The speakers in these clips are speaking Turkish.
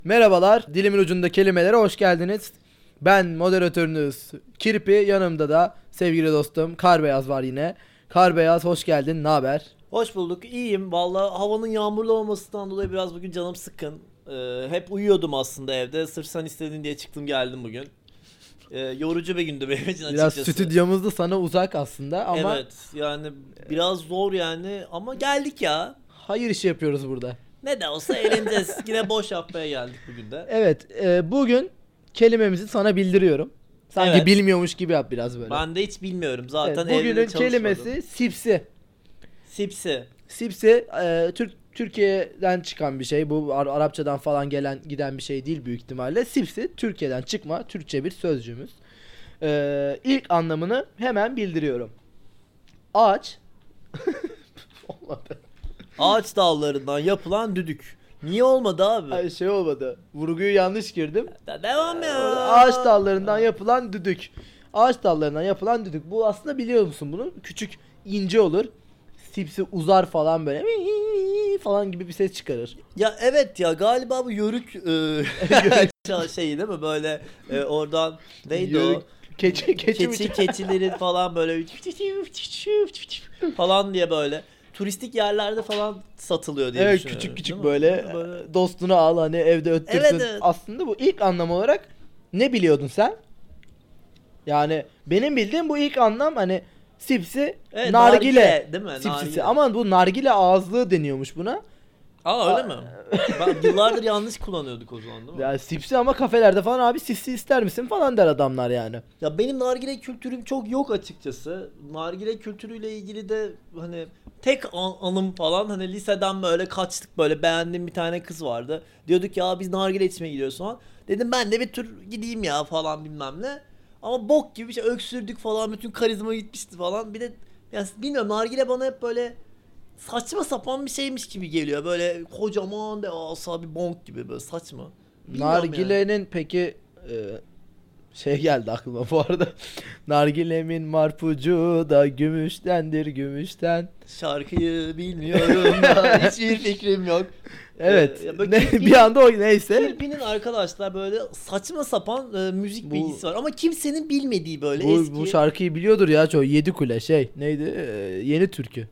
Merhabalar, dilimin ucunda kelimelere hoş geldiniz. Ben moderatörünüz Kirpi, yanımda da sevgili dostum Karbeyaz var yine. Karbeyaz hoş geldin, ne haber? Hoş bulduk. İyiyim. Vallahi havanın yağmurlu olmasından dolayı biraz bugün canım sıkkın. Hep uyuyordum aslında evde. Sırf sen istedin diye çıktım geldim bugün. Yorucu bir gündü benim için Biraz açıkçası. stüdyomuz da sana uzak aslında ama Evet. Yani biraz zor yani ama geldik ya. hayır işi yapıyoruz burada. Ne de olsa eğleneceğiz. Yine boş yapmaya geldik bugün de. Evet, bugün kelimemizi sana bildiriyorum. Sanki Evet. bilmiyormuş gibi yap biraz böyle. Ben de hiç bilmiyorum. Evet, Zaten evde bugünün çalışmadım. kelimesi sipsi. Sipsi. Sipsi Türkiye'den çıkan bir şey. Bu Arapçadan falan giden bir şey değil büyük ihtimalle. Sipsi Türkiye'den çıkma Türkçe bir sözcüğümüz. İlk anlamını hemen bildiriyorum. Ağaç. Olmadı. Ağaç dallarından yapılan düdük. Niye olmadı abi? Ay, şey olmadı. Vurguyu yanlış girdim. Devam ya. Ağaç dallarından yapılan düdük. Ağaç dallarından yapılan düdük. Bu aslında biliyor musun bunu? Küçük, ince olur. Sipsi uzar falan böyle. Falan gibi bir ses çıkarır. Ya evet ya galiba bu yörük şeyi değil mi böyle oradan neydi Yörük- o? Keçi Keçilerin falan böyle falan diye böyle turistik yerlerde falan satılıyor diye Evet, düşünüyorum. küçük küçük Değil mi? böyle dostunu al hani evde öttürsün. Evet, evet. Aslında bu ilk anlam olarak ne biliyordun sen? Yani benim bildiğim bu ilk anlam hani sipsi Evet, nargile değil mi? sipsisi Nargile. ama bu nargile ağızlığı deniyormuş buna. Aa öyle mi? Ben yıllardır yanlış kullanıyorduk o zaman değil mi? Yani sipsi ama kafelerde falan abi sipsi ister misin falan der adamlar yani. Ya benim nargile kültürüm çok yok açıkçası. Nargile kültürüyle ilgili de hani tek anım falan hani liseden böyle kaçtık böyle beğendiğim bir tane kız vardı. Diyorduk ya biz nargile içmeye gidiyoruz falan. Dedim ben de bir tur gideyim ya falan bilmem ne. Ama bok gibi bir şey öksürdük falan bütün karizma gitmişti falan. Bir de ya bilmiyorum nargile bana hep böyle saçma sapan bir şeymiş gibi geliyor. Böyle kocaman devasa bir bonk gibi böyle saçma. Bilmiyorum yani. Nargilenin peki şey geldi aklıma bu arada. Nargilemin marpucu da gümüştendir gümüşten. Şarkıyı bilmiyorum da hiçbir fikrim yok. Evet. Ya böyle Bir anda o neyse. Kirpi'nin arkadaşlar böyle saçma sapan müzik Bu- bilgisi var ama kimsenin bilmediği böyle Bu, eski bu şarkıyı biliyordur ya çoğu. Yedi Kule şey neydi? Yeni Türkü.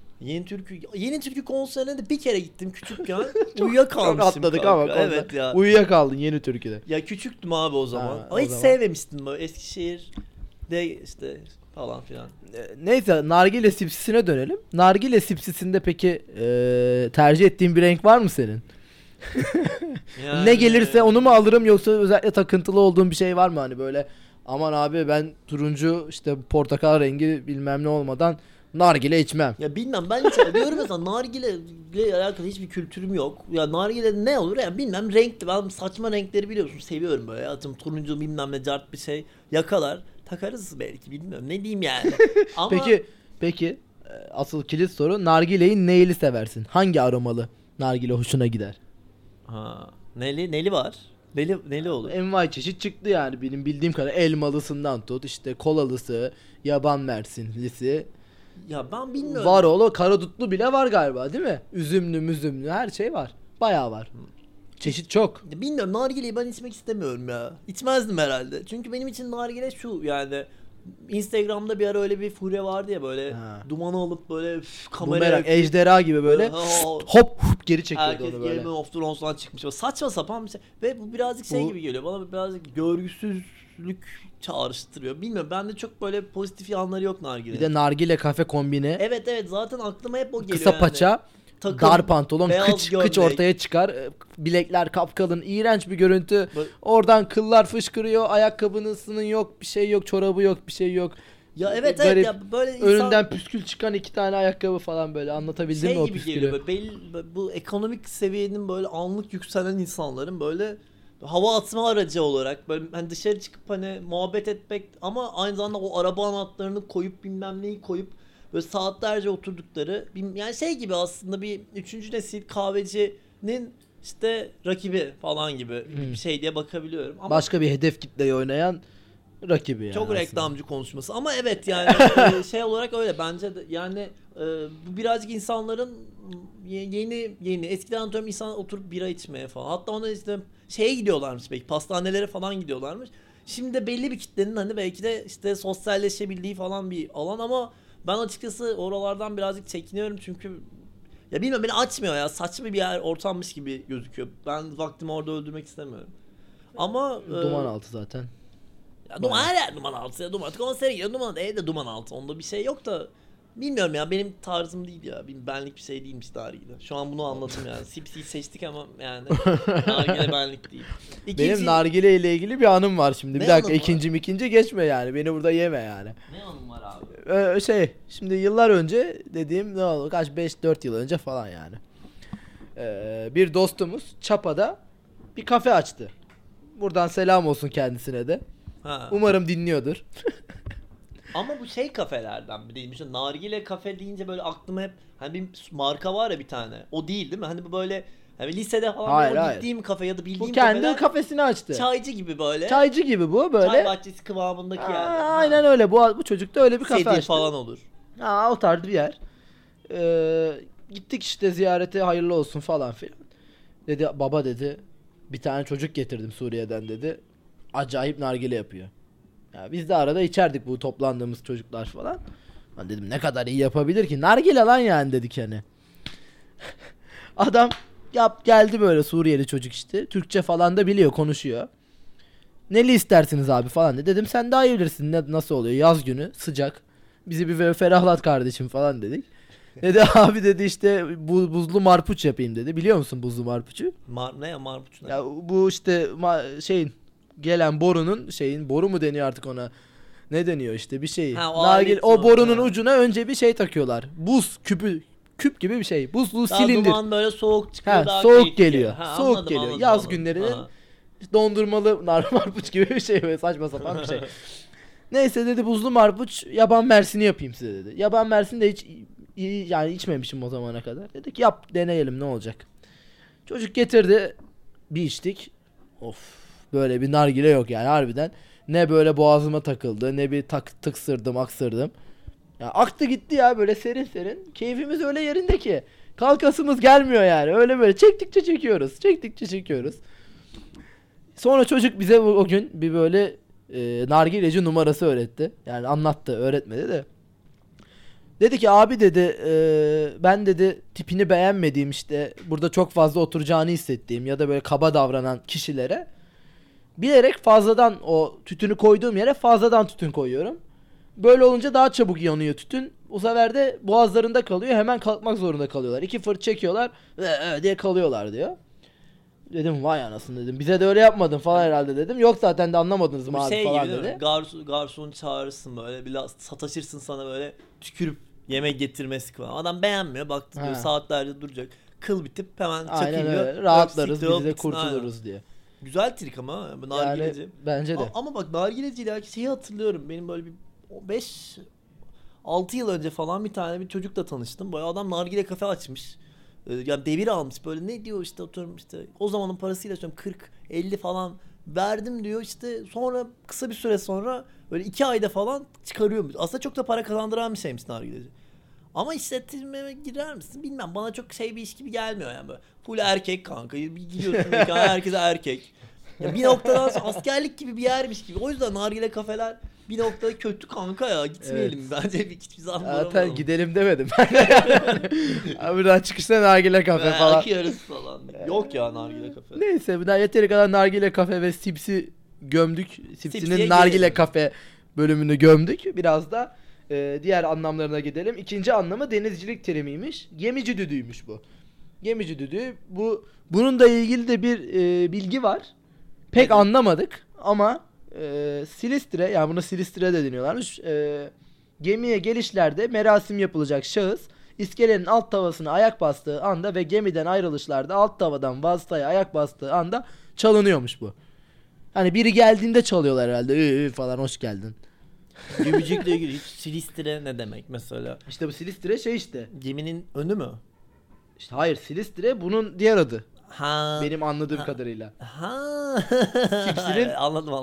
Yeni türkü konserine de bir kere gittim küçükken. Uyuyakalmışım Çok atladık kanka. ama Evet ya. uyuyakaldın Yeni Türkü'de. Ya küçüktüm abi o zaman. Ha, Ama o hiç zaman. sevmemiştim böyle Eskişehir'de işte falan filan. Neyse nargile sipsisine dönelim. Nargile sipsisinde peki tercih ettiğin bir renk var mı senin? Yani- Ne gelirse onu mu alırım yoksa özellikle takıntılı olduğun bir şey var mı hani böyle aman abi ben turuncu işte portakal rengi bilmem ne olmadan nargile içmem. Ya bilmem ben hiç diyorum mesela nargile ile alakalı hiçbir kültürüm yok. Ya nargile ne olur ya bilmem renkli ben saçma renkleri biliyorsun seviyorum böyle atıyorum turuncu bilmem ne cart bir şey yakalar takarız belki bilmiyorum ne diyeyim yani. Ama Peki asıl kilit soru nargileyi neyli seversin? Hangi aromalı nargile hoşuna gider? ha, neli var? Neli olur? Envai çeşit çıktı yani benim bildiğim kadar elmalısından tut işte kolalısı, yaban mersinlisi, Ya ben bilmiyorum. var oğlu karadutlu bile var galiba değil mi? Üzümlü müzümlü her şey var. Bayağı var. Çeşit çok. Ya bilmiyorum nargileyi ben içmek istemiyorum ya. İçmezdim herhalde. Çünkü benim için nargile şu yani Instagram'da bir ara öyle bir furya vardı ya böyle Ha. dumanı alıp böyle Bu kameraya merak ejderha gibi böyle Ha, hop geri çekiyordu herkes onu böyle. Game of Thrones'dan çıkmış. Böyle saçma sapan bir şey. Ve bu birazcık şey Bu- gibi geliyor. Bana birazcık görgüsüzlük çağrıştırıyor. Bilmiyorum bende çok böyle pozitif yanları yok nargile. Bir de nargile kafe kombine. Evet zaten aklıma hep o geliyor Kısa yani. paça, Takım, dar pantolon, beyaz kıç gömlek. ortaya çıkar. Bilekler kapkalın, iğrenç bir görüntü. Böyle- Oradan kıllar fışkırıyor, ayakkabısının yok, bir şey yok, çorabı yok, bir şey yok. Ya evet Garip. ya böyle insan Önünden püskül çıkan iki tane ayakkabı falan böyle anlatabildim mi şey o gibi püskülü? geliyor. Böyle bu ekonomik seviyenin böyle anlık yükselen insanların böyle hava atma aracı olarak böyle hani dışarı çıkıp hani muhabbet etmek ama aynı zamanda o araba anahtarını koyup bilmem neyi koyup böyle saatlerce oturdukları yani şey gibi aslında bir üçüncü nesil kahvecinin işte rakibi falan gibi bir şey diye bakabiliyorum. Ama Başka bir hedef kitleyi oynayan rakibi yani çok aslında. reklamcı konuşması ama evet yani şey olarak öyle bence de yani bu birazcık insanların yeni. Eskiden atıyorum insan oturup bira içmeye falan. Hatta ona işte şeye gidiyorlarmış belki. Pastanelere falan gidiyorlarmış. Şimdi de belli bir kitlenin hani belki de işte sosyalleşebildiği falan bir alan ama ben açıkçası oralardan birazcık çekiniyorum çünkü ya bilmiyorum beni açmıyor ya. Saçma bir yer ortammış gibi gözüküyor. Ben vaktimi orada öldürmek istemiyorum. Ama Duman altı zaten. ya duman her yer duman altı ya. Duman konsere gidiyor. Duman evde duman altı. Onda bir şey yok da bilmiyorum ya benim tarzım değil ya. Benim benlik bir şey değilmiş nargile. Şu an bunu anladım yani. Sipsi'yi seçtik ama yani nargile benlik değil. Benim nargile ile ilgili bir anım var şimdi. Ne Bir dakika anın ikinci geçme yani. Beni burada yeme yani. Ne anım var abi? Şimdi yıllar önce dediğim ne oldu? Kaç 5-4 yıl önce falan yani. Bir dostumuz Çapa'da bir kafe açtı. Buradan selam olsun kendisine de. Ha. Umarım dinliyordur. Ama bu şey kafelerden bir değilmiş. Nargile kafe deyince böyle aklıma hep hani bir marka var ya bir tane. O değil mi? Hani bu böyle hani lisede falan Hayır, böyle hayır. gittiğim kafe ya da bildiğim Bu kendi kafeler kafesini açtı. çaycı gibi böyle. Çaycı gibi bu böyle. Çay bahçesi kıvamındaki yer. Aynen öyle. Bu çocuk da öyle bir kafe Sedir açtı. falan olur. O tarz bir yer. Gittik işte ziyarete hayırlı olsun falan filan. Dedi baba dedi bir tane çocuk getirdim Suriye'den dedi. Acayip nargile yapıyor. Ya biz de arada içerdik bu toplandığımız çocuklar falan. Ben dedim ne kadar iyi yapabilir ki? Nargile lan yani dedik hani. Adam geldi böyle Suriyeli çocuk işte. Türkçe falan da biliyor, konuşuyor. Neli istersiniz abi falan dedi. Dedim sen daha iyi bilirsin nasıl oluyor. Yaz günü sıcak. Bizi bir böyle ferahlat kardeşim falan dedik. Dedi abi dedi işte buzlu marpuç yapayım dedi. Biliyor musun buzlu marpuçu? Ne ya marpuç ne? Ya bu işte şeyin gelen boru mu deniyor artık ona? Ne deniyor işte bir şeyi. O borunun ucuna önce bir şey takıyorlar. Buz küp gibi bir şey. Buzlu daha silindir. duman böyle soğuk çıkıyor. Daha soğuk geliyor. Anladım, Geliyor. anladım, Yaz anladım. günlerinin dondurmalı marpuç gibi bir şey böyle saçma sapan bir şey. Neyse dedi buzlu marpuç yaban mersini yapayım size dedi. Yaban mersini de hiç yani içmemişim o zamana kadar. Dedik yap deneyelim ne olacak. Çocuk getirdi bir içtik. Of böyle bir nargile yok yani harbiden. Ne böyle boğazıma takıldı ne bir tıksırdım aksırdım. Ya aktı gitti ya böyle serin serin. Keyfimiz öyle yerinde ki. Kalkasımız gelmiyor yani. Öyle böyle çektikçe çekiyoruz. Çektikçe çekiyoruz. Sonra çocuk bize o gün bir böyle nargileci numarası öğretti. Yani anlattı, öğretmedi de. Dedi ki abi dedi ben dedi tipini beğenmediğim işte burada çok fazla oturacağını hissettiğim ya da böyle kaba davranan kişilere bilerek fazladan o tütünü koyduğum yere fazladan tütün koyuyorum. Böyle olunca daha çabuk yanıyor tütün. Bu sefer de boğazlarında kalıyor. Hemen kalkmak zorunda kalıyorlar. 2 fırt çekiyorlar diye kalıyorlar diyor. Dedim vay anasını dedim. Bize de öyle yapmadın falan herhalde dedim. Yok zaten de anlamadınız mı abi falan gibi, dedi. Garson çağırırsın böyle biraz sataşırsın sana böyle tükürüp yemek getirmesi falan. Adam beğenmiyor baktı diyor saatlerce duracak. Kıl bitip hemen çekiliyor. Rahatlarız biz de kurtuluruz diye. Güzel trik ama nargileci. Yani, bence de. Ama bak nargileciyle şeyi hatırlıyorum. Benim böyle bir 5-6 yıl önce falan bir tane bir çocukla tanıştım. Böyle adam nargile kafe açmış. Yani devir almış böyle ne diyor işte oturum işte o zamanın parasıyla 40-50 falan verdim diyor işte sonra kısa bir süre sonra böyle 2 ayda falan çıkarıyormuş. Aslında çok da para kazandıran bir şeymiş nargileci. Ama işletmeye girer misin bilmem bana çok şey bir iş gibi gelmiyor yani böyle. Full erkek kanka bir gidiyorsun herkese erkek. Ya bir noktadan sonra askerlik gibi bir yermiş gibi. O yüzden nargile kafeler bir noktada kötü kanka ya gitmeyelim bence hiçbir zaman zaten gidelim demedim. Buradan çıkışta nargile kafe falan. Akıyoruz falan. Yok ya nargile kafe. Neyse bir daha yeteri kadar nargile kafe ve Sips'i gömdük. Sips'inin nargile gelelim. kafe bölümünü gömdük. Biraz da diğer anlamlarına gidelim. İkinci anlamı denizcilik terimiymiş. Gemici düdüğüymüş bu. Gemici düdüğü. Bunun da ilgili de bir bilgi var. Pek anlamadık ama Silistre yani buna Silistre de deniyorlarmış. Gemiye gelişlerde merasim yapılacak şahıs iskelenin alt tavasına ayak bastığı anda ve gemiden ayrılışlarda alt tavadan vasıtaya ayak bastığı anda çalınıyormuş bu. Hani biri geldiğinde çalıyorlar herhalde. Falan hoş geldin. Gemicilikle ilgili hiç Silistre ne demek mesela? İşte bu Silistre şey işte. Geminin önü mü? İşte hayır Silistre bunun diğer adı. Ha. Benim anladığım kadarıyla. Ha. Sips'inin anladım.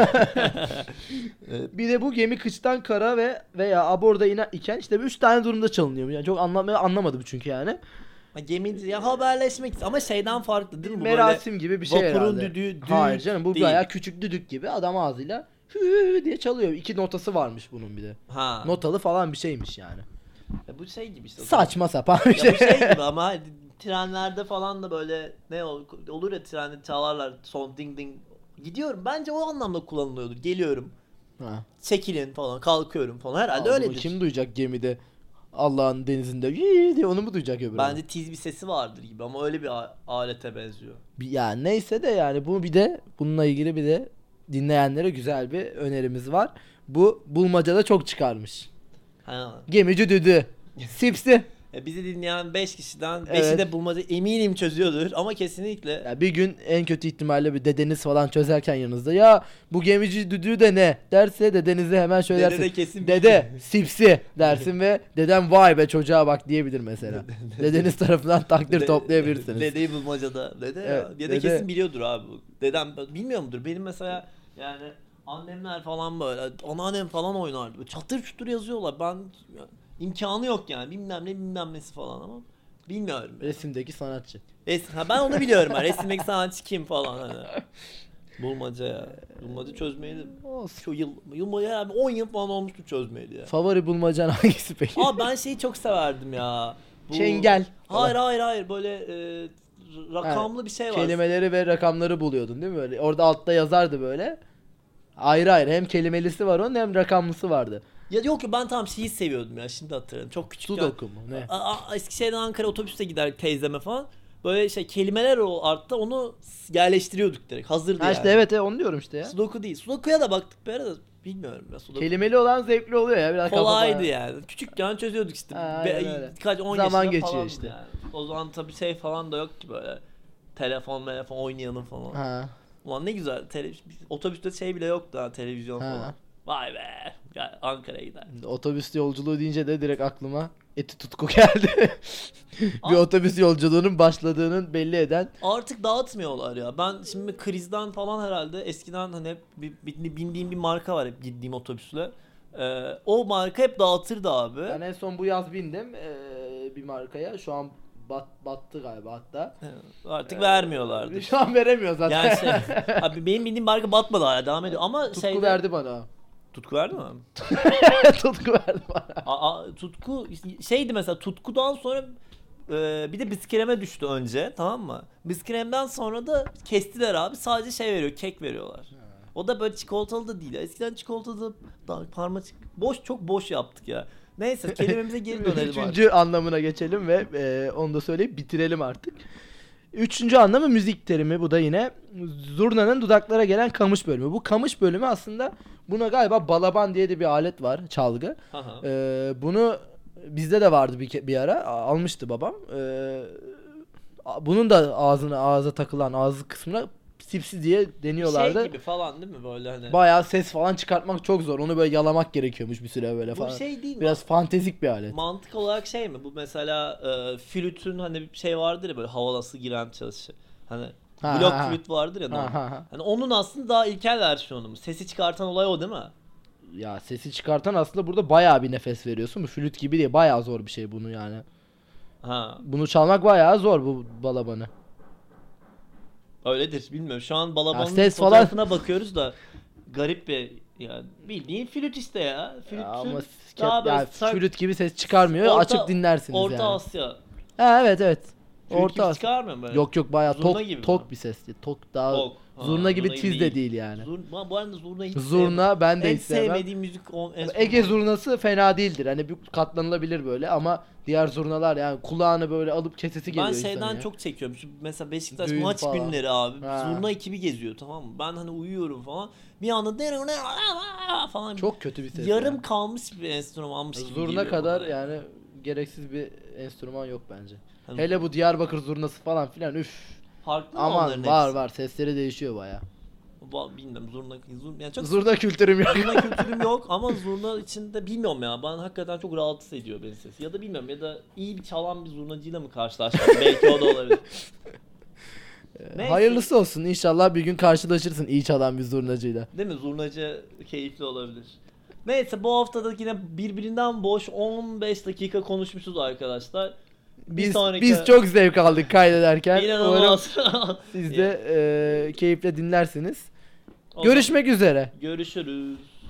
Evet. Bir de bu gemi kıçtan kara veya aborda iken işte 3 tane durumda çalınıyor. Yani çok anlamadım çünkü yani. Gemi ya haberleşmek ama şeyden farklı değil mi? Bu Merasim gibi bir şey vapurun herhalde. düdüğü Hayır canım, bu değil. bayağı küçük düdük gibi adam ağzıyla hü diye çalıyor. 2 notası varmış bunun bir de. Ha. Notalı falan bir şeymiş yani. Bu şey gibi işte. Saçma sapan bir Ya bu şey. şey gibi ama trenlerde falan da böyle olur ya, trende çalarlar son ding ding. Gidiyorum. Bence o anlamda kullanılıyordur. Geliyorum. Ha. Çekilin falan, kalkıyorum falan. Herhalde Bunu öyledir. kim duyacak gemide Allah'ın denizinde "Yii" diye, onu mu duyacak öbürü? Bence tiz bir sesi vardır gibi ama öyle bir alete benziyor. Ya neyse de yani bu bir de bununla ilgili bir de dinleyenlere güzel bir önerimiz var. Bu bulmacada çok çıkarmış. Ha. Gemici düdüğü. Sipsi. Bizi dinleyen 5 kişiden 5'i Evet. de bulmaca eminim çözüyordur ama kesinlikle Ya bir gün en kötü ihtimalle bir dedeniz falan çözerken yanınızda ya bu gemici düdüğü de ne derse dedenize hemen söylersin. dede de kesin Dede sipsi dersin ve dedem vay be çocuğa bak diyebilir mesela. Dedeniz tarafından takdir toplayabilirsiniz. Dedeyi bulmacada. Dede Evet, ya. Dede dede. kesin biliyordur abi. Dedem bilmiyor mudur? Benim mesela yani annemler falan böyle, anneannem falan oynardı. Böyle çatır çutur yazıyorlar. Ben imkanı yok yani. Bilmem ne bilmem nesi falan ama bilmiyorum. Resimdeki sanatçı. Ben onu biliyorum. Resimdeki sanatçı kim falan hani. Bulmaca ya. Bulmaca çözmeydi. Olsun. Şu yılmaca yani 10 yıl falan olmuştu çözmeydi ya. Favori bulmacan hangisi peki? Aa ben şeyi çok severdim ya. Çengel. Hayır böyle rakamlı bir şey var. Kelimeleri ve rakamları buluyordun değil mi böyle? Orada altta yazardı böyle. Ayrı ayrı hem kelimelisi var onun hem rakamlısı vardı. Ya yok ki ben tam şeyi seviyordum ya, şimdi hatırladım. Çok küçükken. Sudoku mu ne? Eskişehir'den Ankara otobüste gider teyzeme falan. Böyle şey kelimeler o artta onu yerleştiriyorduk direkt. Hazırdı Ha yani. işte evet ondan diyorum işte ya. Sudoku değil. Sudoku'ya da baktık bir ara da bilmiyorum ya Sudoku. Kelimeli olan zevkli oluyor ya biraz Kolaydı kafa yani. Küçükken çözüyorduk işte. Ha, aynen öyle. Kaç 10 Zaman yaşında geçiyor falan işte. yani. O zaman tabii şey falan da yok ki böyle. Telefon oynayalım falan. Ha. Ulan ne güzel. Otobüste şey bile yoktu ha, televizyon Ha. falan. Vay be. Gel Ankara'ya gider. Otobüs yolculuğu deyince de direkt aklıma Eti Tutku geldi. Bir Aa. otobüs yolculuğunun başladığının belli eden. Artık dağıtmıyorlar ya. Ben şimdi krizden falan herhalde eskiden hani hep bindiğim bir marka var hep gittiğim otobüsle. O marka hep dağıtırdı abi. Ben en son bu yaz bindim bir markaya. Şu an battı galiba hatta. Artık vermiyorlardı. Şu an veremiyor zaten. Yani şey, abi benim bildiğim marka batmadı hala devam ediyor ama Tutku verdi bana. Tutku verdi mi? Tutku verdi bana. Tutku şeydi mesela, Tutku'dan sonra bir de Biskrem'e düştü önce, tamam mı? Biskrem'den sonra da kestiler abi, sadece şey veriyor, kek veriyorlar. O da böyle çikolatalı da değil. Eskiden çikolatalı da çok boş yaptık ya. Neyse kelimemize geri dönelim. Üçüncü anlamına geçelim ve onu da söyleyip bitirelim artık. Üçüncü anlamı müzik terimi. Bu da yine zurnanın dudaklara gelen kamış bölümü. Bu kamış bölümü aslında buna galiba balaban diye de bir alet var, çalgı. Bunu bizde de vardı bir ara. Almıştı babam. Bunun da ağza takılan ağzı kısmına sipsi diye deniyorlardı. Şey gibi falan değil mi böyle hani? Bayağı ses falan çıkartmak çok zor. Onu böyle yalamak gerekiyormuş bir süre böyle falan. Bu şey değil mi? Biraz fantezik bir alet. Mantık olarak şey mi? Bu mesela flütün hani bir şey vardır ya böyle havalası giren çalışı. Hani blok flüt vardır ya. Hani onun aslında daha ilkel versiyonu mu? Sesi çıkartan olay o değil mi? Ya sesi çıkartan aslında burada bayağı bir nefes veriyorsun. Bu flüt gibi değil. Bayağı zor bir şey bunu yani. Bunu çalmak bayağı zor bu balabanı. Öyledir bilmiyorum. Şu an balabanın falan... fotoğrafına bakıyoruz da garip bir yani bildiğin flüt işte ya. Ama flüt gibi ses çıkarmıyor. Açıp dinlersiniz Orta yani. Asya. Ha evet. Orta Asya. Çıkarmıyor mu? Yok bayağı Zurna tok bir ses. Tok daha zurna gibi tiz de değil yani. Bu arada zurna hiç Zurna ben de hiç sevmem. sevmediğim müzik Ege zurnası fena değildir. Hani bir katlanılabilir böyle ama diğer zurnalar yani kulağını böyle alıp kesesi geliyor insanın. Ben şeyden ya. çok çekiyorum. Şu mesela Beşiktaş Düğün maç falan. günleri abi. Zurna ekibi geziyor, tamam mı? Ben hani uyuyorum falan. Bir anda falan. Çok kötü bir ses. Yarım kalmış bir enstrümanmış gibi. Zurna kadar yani gereksiz bir enstrüman yok bence. Hani hele bu Diyarbakır zurnası falan filan üf. Farklı mı aman onların var sesleri değişiyor baya. Bilmiyorum yani çok zurna kültürüm yok. Zurna kültürüm yok ama zurna içinde bilmiyorum ya, bana hakikaten çok rahatsız ediyor beni ses. Ya da bilmiyorum, ya da iyi bir çalan bir zurnacıyla mı karşılaştım? Belki o da olabilir. Hayırlısı olsun, inşallah bir gün karşılaşırsın iyi çalan bir zurnacıyla. Değil mi? Zurnacı keyifli olabilir. Neyse bu haftada yine birbirinden boş 15 dakika konuşmuşuz arkadaşlar. Biz çok zevk aldık kaydederken. İnanılmaz. Siz de keyifle dinlersiniz. Görüşmek üzere. Görüşürüz.